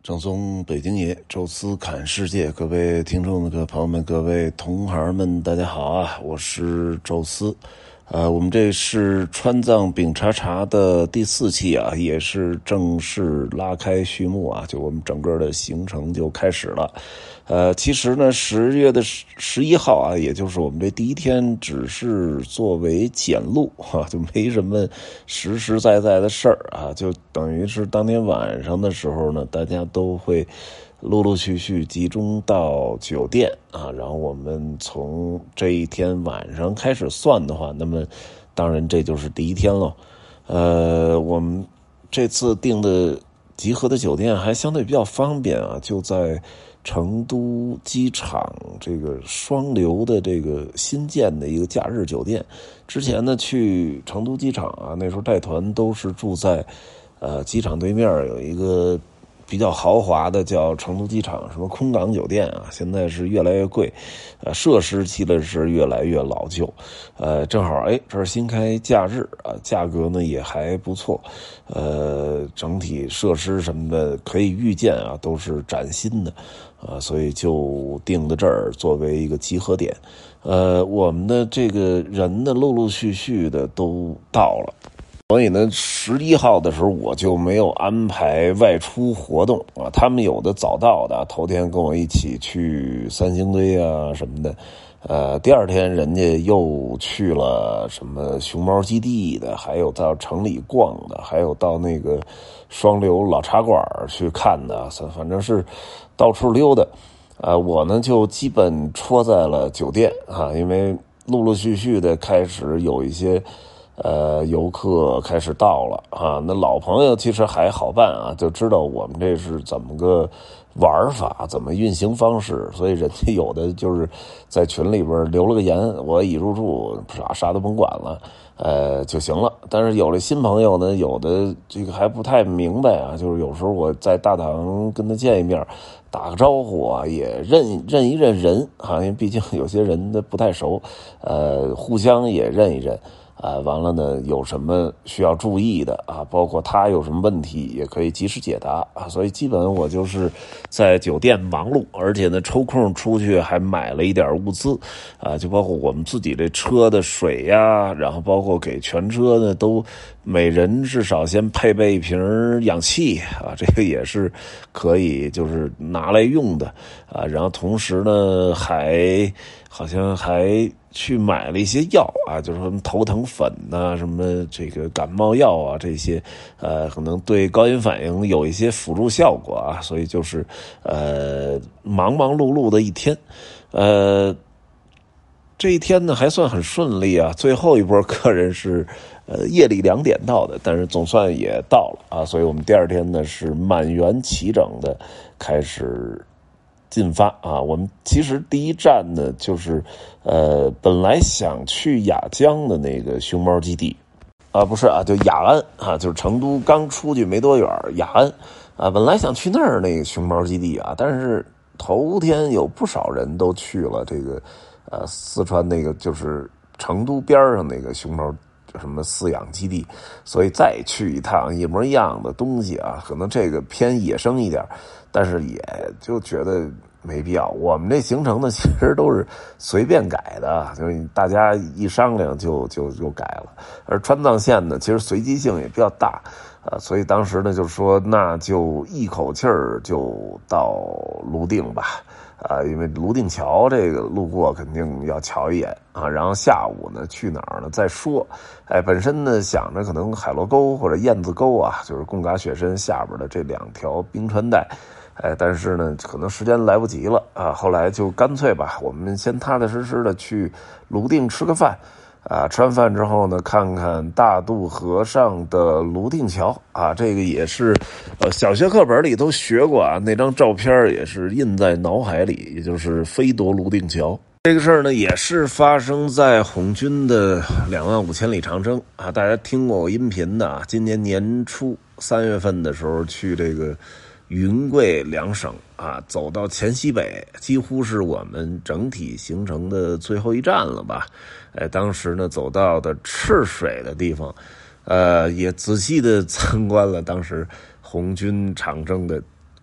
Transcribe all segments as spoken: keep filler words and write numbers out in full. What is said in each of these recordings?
正宗北京爷，宙斯侃世界，各位听众的朋友们，各位同行们，大家好啊！我是宙斯，呃，我们这是川藏饼茶茶的第四期啊，也是正式拉开序幕啊，就我们整个的行程就开始了。呃，其实呢，十月的十一号啊，也就是我们这第一天，只是作为检录哈、啊，就没什么实实在在的事儿啊，就等于是当天晚上的时候呢，大家都会陆陆续续集中到酒店啊，然后我们从这一天晚上开始算的话，那么当然这就是第一天了。呃，我们这次订的集合的酒店还相对比较方便啊，就在成都机场这个双流的这个新建的一个假日酒店。之前呢去成都机场啊，那时候带团都是住在呃机场对面有一个比较豪华的叫成都机场什么空港酒店啊，现在是越来越贵，呃，设施其实是越来越老旧，呃，正好哎这是新开假日啊，价格呢也还不错，呃，整体设施什么的可以预见啊都是崭新的，啊，所以就定在这儿作为一个集合点，呃，我们的这个人呢陆陆续续的都到了。所以呢，十一号的时候我就没有安排外出活动啊。他们有的早到的，头天跟我一起去三星堆啊什么的，呃，第二天人家又去了什么熊猫基地的，还有到城里逛的，还有到那个双流老茶馆去看的，反正是到处溜达。呃，我呢就基本戳在了酒店啊，因为陆陆续续的开始有一些。呃，游客开始到了啊，那老朋友其实还好办啊，就知道我们这是怎么个玩法，怎么运行方式，所以人家有的就是在群里边留了个言，我已入住，啥啥都甭管了，呃就行了。但是有的新朋友呢，有的这个还不太明白啊，就是有时候我在大堂跟他见一面，打个招呼啊，也认认一认人啊，因为毕竟有些人他不太熟，呃，互相也认一认。啊，完了呢，有什么需要注意的啊？包括他有什么问题，也可以及时解答啊。所以基本我就是在酒店忙碌，而且呢，抽空出去还买了一点物资啊，就包括我们自己这车的水呀，然后包括给全车呢都每人至少先配备一瓶氧气啊，这个也是可以就是拿来用的啊。然后同时呢，还好像还。去买了一些药啊，就是说头疼粉呐、啊，什么这个感冒药啊，这些，呃，可能对高原反应有一些辅助效果啊，所以就是，呃，忙忙碌碌的一天，呃，这一天呢还算很顺利啊，最后一波客人是，呃，夜里两点到的，但是总算也到了啊，所以我们第二天呢是满员齐整的开始。进发啊！我们其实第一站呢，就是呃，本来想去雅江的那个熊猫基地啊，不是啊，就雅安啊，就是成都刚出去没多远，雅安啊，本来想去那儿那个熊猫基地啊，但是头天有不少人都去了这个呃四川那个就是成都边上那个熊猫。什么饲养基地，所以再去一趟一模一样的东西啊，可能这个偏野生一点，但是也就觉得没必要。我们这行程呢，其实都是随便改的，就是大家一商量就就就改了。而川藏线呢，其实随机性也比较大啊，所以当时呢就说那就一口气儿就到泸定吧。啊，因为泸定桥这个路过肯定要瞧一眼啊，然后下午呢去哪儿呢再说。哎，本身呢想着可能海螺沟或者燕子沟啊，就是贡嘎雪山下边的这两条冰川带，哎，但是呢可能时间来不及了啊，后来就干脆吧，我们先踏踏实实的去泸定吃个饭。啊，吃完饭之后呢，看看大渡河上的泸定桥啊，这个也是，呃，小学课本里都学过啊，那张照片也是印在脑海里，也就是飞夺泸定桥。这个事儿呢，也是发生在红军的两万五千里长征啊，大家听过我音频的啊，今年年初三月份的时候去这个云贵两省啊，走到黔西北，几乎是我们整体行程的最后一站了吧。哎，当时呢走到的赤水的地方，呃，也仔细的参观了当时红军长征的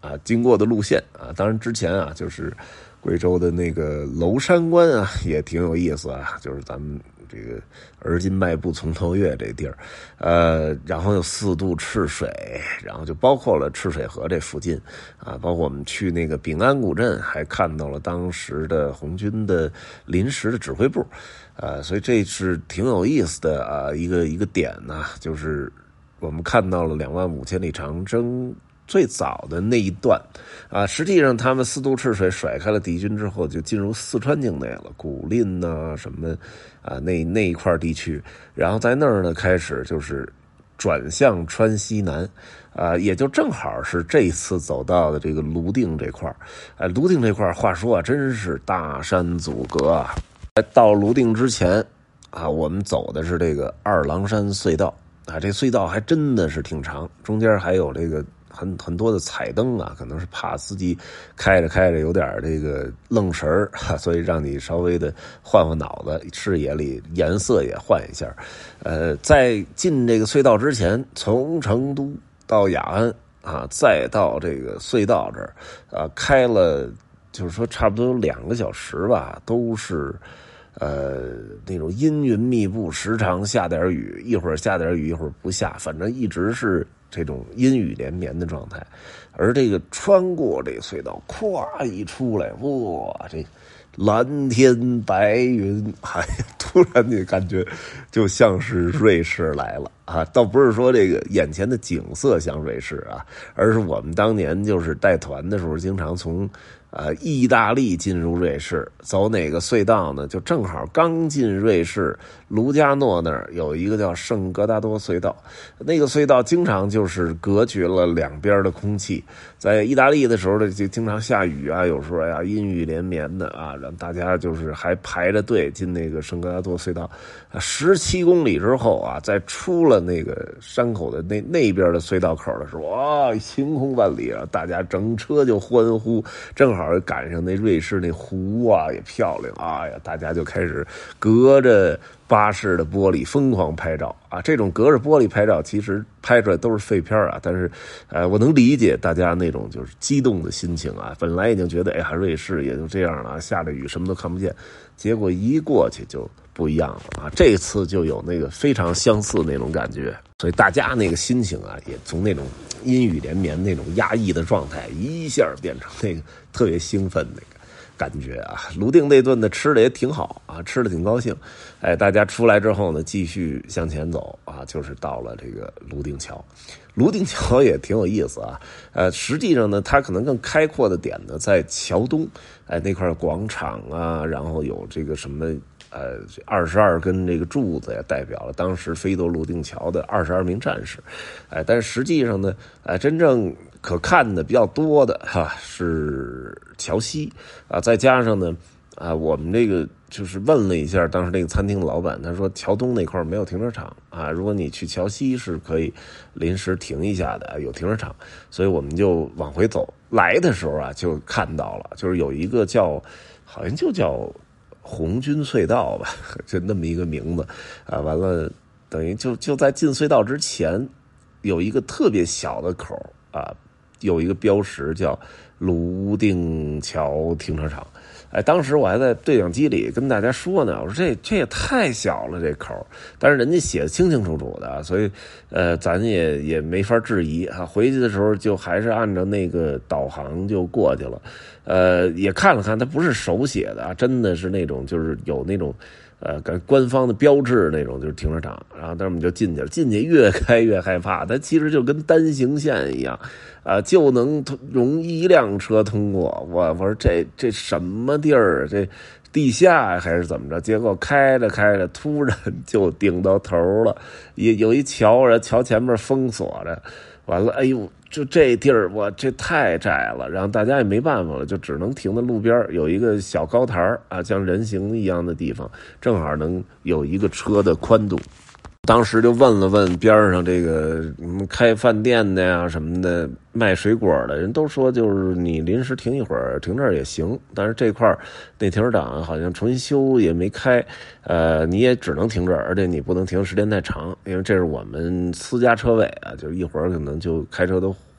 啊经过的路线啊。当然之前啊就是贵州的那个娄山关啊也挺有意思啊，就是咱们这个而今迈步从头越这地儿，呃，然后有四渡赤水，然后就包括了赤水河这附近啊，包括我们去那个丙安古镇，还看到了当时的红军的临时的指挥部，呃，所以这是挺有意思的啊，一个一个点呢、啊，就是我们看到了两万五千里长征最早的那一段啊，实际上他们四渡赤水甩开了敌军之后，就进入四川境内了，古蔺呐、啊、什么啊那那一块地区，然后在那儿呢开始就是转向川西南啊，也就正好是这次走到的这个泸定这块啊，泸定这块话说啊，真是大山阻隔啊。到泸定之前啊，我们走的是这个二郎山隧道啊，这隧道还真的是挺长，中间还有这个很很多的彩灯啊，可能是怕司机开着开着有点这个愣神儿，所以让你稍微的换换脑子，视野里颜色也换一下。呃，在进这个隧道之前，从成都到雅安啊，再到这个隧道这儿啊，开了就是说差不多有两个小时吧，都是。呃，那种阴云密布，时常下点雨，一会儿下点雨，一会儿不下，反正一直是这种阴雨连绵的状态。而这个穿过这个隧道，咵一出来，哇，这蓝天白云，哎呀，突然你感觉就像是瑞士来了啊！倒不是说这个眼前的景色像瑞士啊，而是我们当年就是带团的时候，经常从呃，意大利进入瑞士，走哪个隧道呢？就正好刚进瑞士，卢加诺那儿有一个叫圣格达多隧道，那个隧道经常就是隔绝了两边的空气。在意大利的时候呢，就经常下雨啊，有时候呀阴雨连绵的啊，让大家就是还排着队进那个圣格达多隧道。十七公里之后啊，在出了那个山口的那那边的隧道口的时候，哇，晴空万里啊，大家整车就欢呼，正好。赶上那瑞士那湖啊也漂亮，哎呀，大家就开始隔着巴士的玻璃疯狂拍照啊！这种隔着玻璃拍照，其实拍出来都是废片啊。但是，呃，我能理解大家那种就是激动的心情啊。本来已经觉得，哎呀，瑞士也就这样了，下着雨什么都看不见，结果一过去就不一样了啊！这次就有那个非常相似那种感觉，所以大家那个心情啊，也从那种阴雨连绵那种压抑的状态，一下变成那个特别兴奋那个感觉啊。泸定那顿的吃的也挺好啊，吃的挺高兴。哎，大家出来之后呢，继续向前走啊，就是到了这个泸定桥。泸定桥也挺有意思啊，呃，实际上呢，它可能更开阔的点呢在桥东，哎，那块广场啊，然后有这个什么。呃，二十二根这个柱子也代表了当时飞夺泸定桥的二十二名战士，哎，但是实际上呢，哎，真正可看的比较多的哈、啊、是桥西啊，再加上呢，啊，我们这个就是问了一下当时那个餐厅的老板，他说桥东那块没有停车场啊，如果你去桥西是可以临时停一下的，有停车场，所以我们就往回走。来的时候啊，就看到了，就是有一个叫，好像就叫。红军隧道吧，就那么一个名字啊，完了等于就就在进隧道之前有一个特别小的口啊，有一个标识叫泸定桥停车场。哎，当时我还在对讲机里跟大家说呢，我说这这也太小了这口，但是人家写的清清楚楚的，所以呃咱也也没法质疑啊。回去的时候就还是按照那个导航就过去了，呃也看了看，它不是手写的啊，真的是那种就是有那种呃官方的标志那种，就是停车场。然后当时我们就进去了，进去越开越害怕，它其实就跟单行线一样。啊，就能容一辆车通过。我我说这这什么地儿？这地下还是怎么着？结果开着开着，突然就顶到头了。也有一桥，然后桥前面封锁着。完了，哎呦，就这地儿，我这太窄了。然后大家也没办法了，就只能停在路边，有一个小高台啊，像人行一样的地方，正好能有一个车的宽度。当时就问了问边上这个嗯开饭店的呀什么的卖水果的人，都说就是你临时停一会儿停这儿也行，但是这块那停车场好像重新修也没开，呃你也只能停这儿，而且你不能停时间太长，因为这是我们私家车位啊，就是一会儿可能就开车都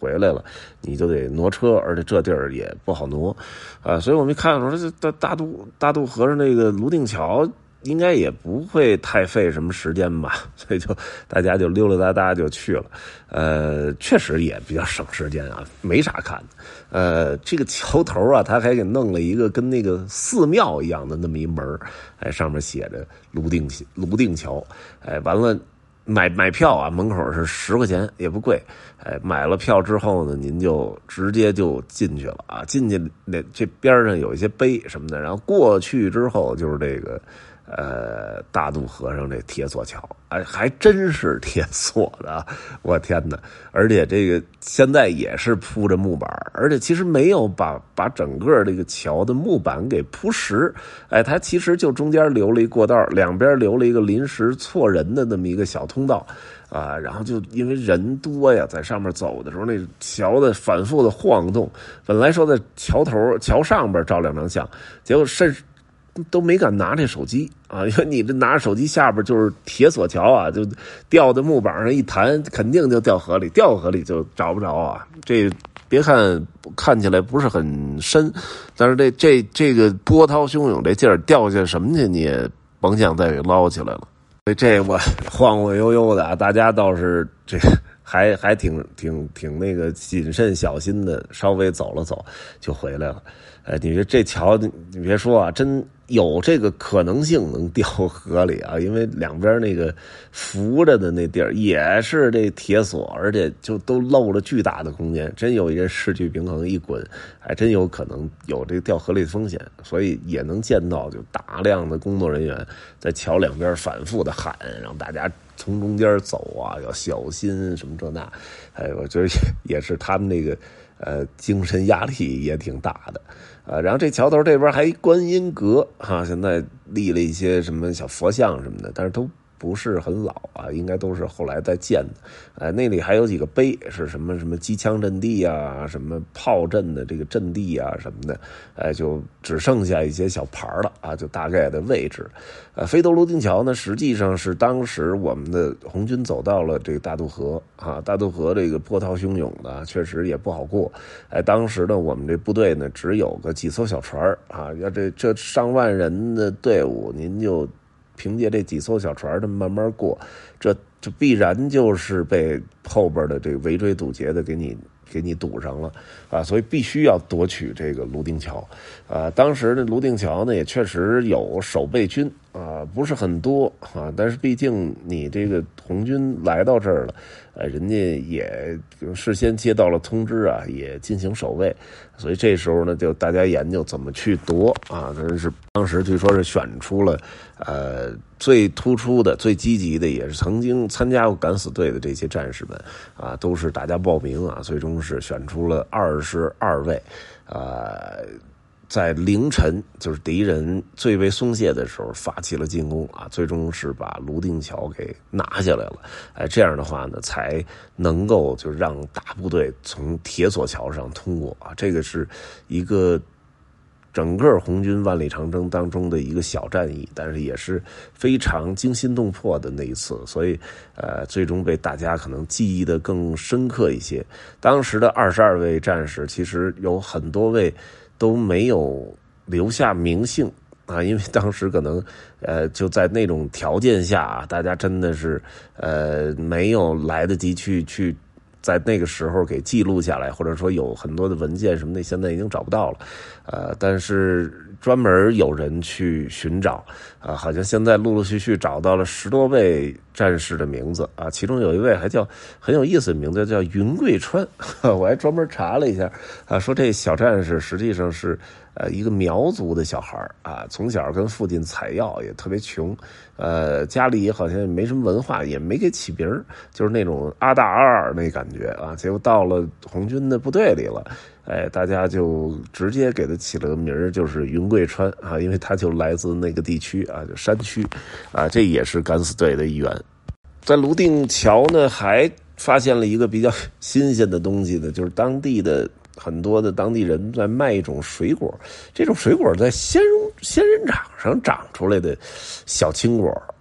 回来了，你就得挪车，而且这地儿也不好挪，啊，所以我们一看说这大大渡大渡河上那个泸定桥应该也不会太费什么时间吧，所以就大家就溜溜达达就去了，呃，确实也比较省时间啊，没啥看的。呃，这个桥头啊，他还给弄了一个跟那个寺庙一样的那么一门，哎，上面写着泸定泸定桥，哎，完了。买买票啊，门口是十块钱，也不贵。哎，买了票之后呢，您就直接就进去了啊。进去那这边上有一些碑什么的，然后过去之后就是这个呃大渡河上这铁索桥，哎，还真是铁索的，我天哪！而且这个现在也是铺着木板，而且其实没有把把整个这个桥的木板给铺实，哎，它其实就中间留了一过道，两边留了一个临时错人的那么一个小通道。啊，然后就因为人多呀，在上面走的时候，那桥的反复的晃动，本来说在桥头桥上边照两张相，结果甚至都没敢拿这手机啊，因为你这拿着手机下边就是铁索桥啊，就掉在木板上一弹，肯定就掉河里，掉河里就找不着啊。这别看看起来不是很深，但是这这这个波涛汹涌这劲儿，掉下什么去你也甭想再给捞起来了。所以这我晃晃悠悠的啊，大家倒是这还还挺挺挺那个谨慎小心的，稍微走了走就回来了。哎，你说这桥，你别说啊，真有这个可能性能掉河里啊，因为两边那个扶着的那地儿也是这铁索，而且就都露了巨大的空间，真有一人失去平衡一滚，还真有可能有这个掉河里的风险，所以也能见到就大量的工作人员在桥两边反复的喊，让大家从中间走啊，要小心什么这那，哎，我觉得也是他们那个呃精神压力也挺大的。啊，然后这桥头这边还观音阁哈，现在立了一些什么小佛像什么的，但是都不是很老啊，应该都是后来再建的。哎，那里还有几个碑，是什么什么机枪阵地啊，什么炮阵的这个阵地啊什么的，哎，就只剩下一些小牌了啊，就大概的位置。呃，飞斗泸定桥呢，实际上是当时我们的红军走到了这个大渡河啊，大渡河这个波涛汹涌的，确实也不好过。哎，当时呢，我们这部队呢只有个几艘小船啊，要这这上万人的队伍，您就凭借这几艘小船的慢慢过，这这必然就是被后边的这个围追堵截的给你给你堵上了啊，所以必须要夺取这个泸定桥啊。当时的泸定桥呢，也确实有守备军啊，不是很多啊，但是毕竟你这个红军来到这儿了，呃，人家也事先接到了通知啊，也进行守卫，所以这时候呢，就大家研究怎么去夺啊。真是当时据说是选出了呃最突出的、最积极的，也是曾经参加过敢死队的这些战士们啊，都是大家报名啊，最终是选出了二十二位，啊。在凌晨，就是敌人最为松懈的时候发起了进攻啊，最终是把泸定桥给拿下来了。哎，这样的话呢，才能够就让大部队从铁索桥上通过啊。这个是一个整个红军万里长征当中的一个小战役，但是也是非常惊心动魄的那一次，所以呃，最终被大家可能记忆的更深刻一些。当时的二十二位战士，其实有很多位都没有留下名姓啊，因为当时可能呃就在那种条件下啊，大家真的是呃没有来得及去去在那个时候给记录下来，或者说有很多的文件什么的，现在已经找不到了，呃，但是专门有人去寻找啊、呃，好像现在陆陆续续找到了十多位战士的名字啊，其中有一位还叫很有意思的名字，叫云贵川，我还专门查了一下啊，说这小战士实际上是呃一个苗族的小孩啊，从小跟父亲采药，也特别穷，呃，家里好像也没什么文化，也没给起名，就是那种阿大阿二那感觉啊，结果到了红军的部队里了。哎，大家就直接给他起了个名儿，就是云贵川啊，因为他就来自那个地区啊，就山区啊，这也是敢死队的一员。在泸定桥呢，还发现了一个比较新鲜的东西呢，就是当地的很多的当地人在卖一种水果，这种水果在仙人仙人掌上长出来的小青果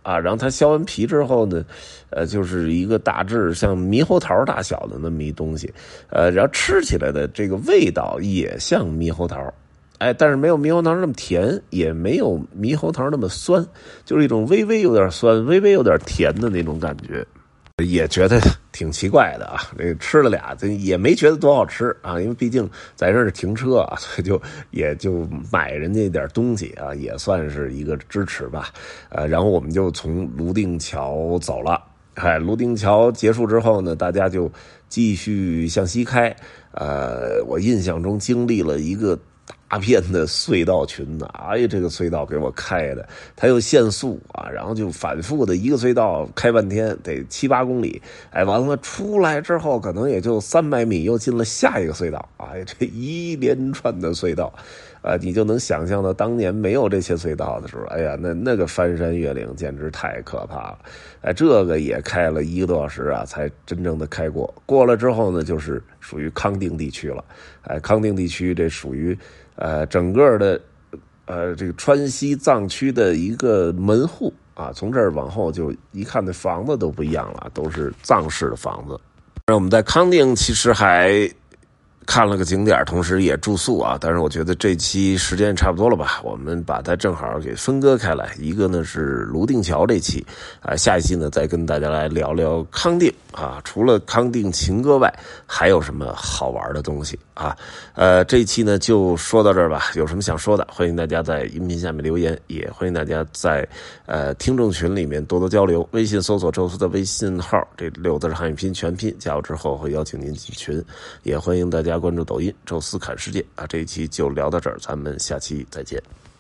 啊，然后它削完皮之后呢，呃，就是一个大致像猕猴桃大小的那么一东西，呃，然后吃起来的这个味道也像猕猴桃。哎，但是没有猕猴桃那么甜，也没有猕猴桃那么酸，就是一种微微有点酸、微微有点甜的那种感觉，也觉得挺奇怪的啊。这个吃了俩，也没觉得多好吃啊，因为毕竟在这儿停车啊，所以就也就买人家一点东西啊，也算是一个支持吧。呃，然后我们就从泸定桥走了。哎，泸定桥结束之后呢，大家就继续向西开。呃，我印象中经历了一个大片的隧道群呢，哎呀，这个隧道给我开的，它又限速啊，然后就反复的一个隧道开半天，得七八公里，哎，完了出来之后可能也就三百米，又进了下一个隧道，哎，这一连串的隧道，啊，你就能想象到当年没有这些隧道的时候，哎呀，那那个翻山越岭简直太可怕了，哎，这个也开了一个多小时啊，才真正的开过。过了之后呢，就是属于康定地区了，哎，康定地区这属于。呃，整个的，呃，这个川西藏区的一个门户啊，从这儿往后就一看那房子都不一样了，都是藏式的房子。那我们在康定其实还看了个景点，同时也住宿啊。但是我觉得这期时间也差不多了吧，我们把它正好给分割开来。一个呢是泸定桥这期，啊，下一期呢再跟大家来聊聊康定啊。除了康定情歌外，还有什么好玩的东西啊？呃，这一期呢就说到这儿吧。有什么想说的，欢迎大家在音频下面留言，也欢迎大家在呃听众群里面多多交流。微信搜索宙斯的微信号，这六字汉语拼全拼，加入之后会邀请您进群。也欢迎大家关注抖音宙斯侃世界啊。这一期就聊到这儿，咱们下期再见。